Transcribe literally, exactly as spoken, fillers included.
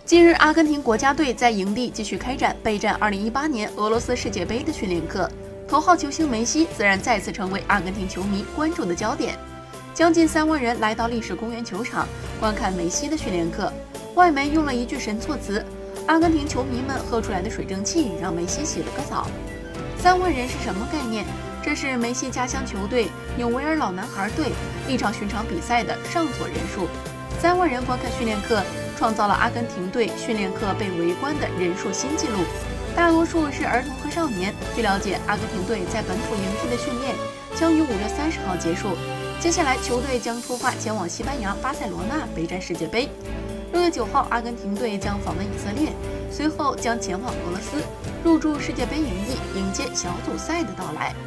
近日，阿根廷国家队在营地继续开展备战二零一八年俄罗斯世界杯的训练课，头号球星梅西自然再次成为阿根廷球迷关注的焦点。将近三万人来到历史公园球场观看梅西的训练课，外媒用了一句神措辞：“阿根廷球迷们喝出来的水蒸气让梅西洗了个澡。”三万人是什么概念？这是梅西家乡球队纽维尔老男孩队一场寻常比赛的上座人数。三万人观看训练课，创造了阿根廷队训练课被围观的人数新纪录，大多数是儿童和少年。据了解，阿根廷队在本土营地的训练将于五月三十号结束，接下来球队将出发前往西班牙巴塞罗那备战世界杯。六月九号，阿根廷队将访问以色列，随后将前往俄罗斯，入驻世界杯营地，迎接小组赛的到来。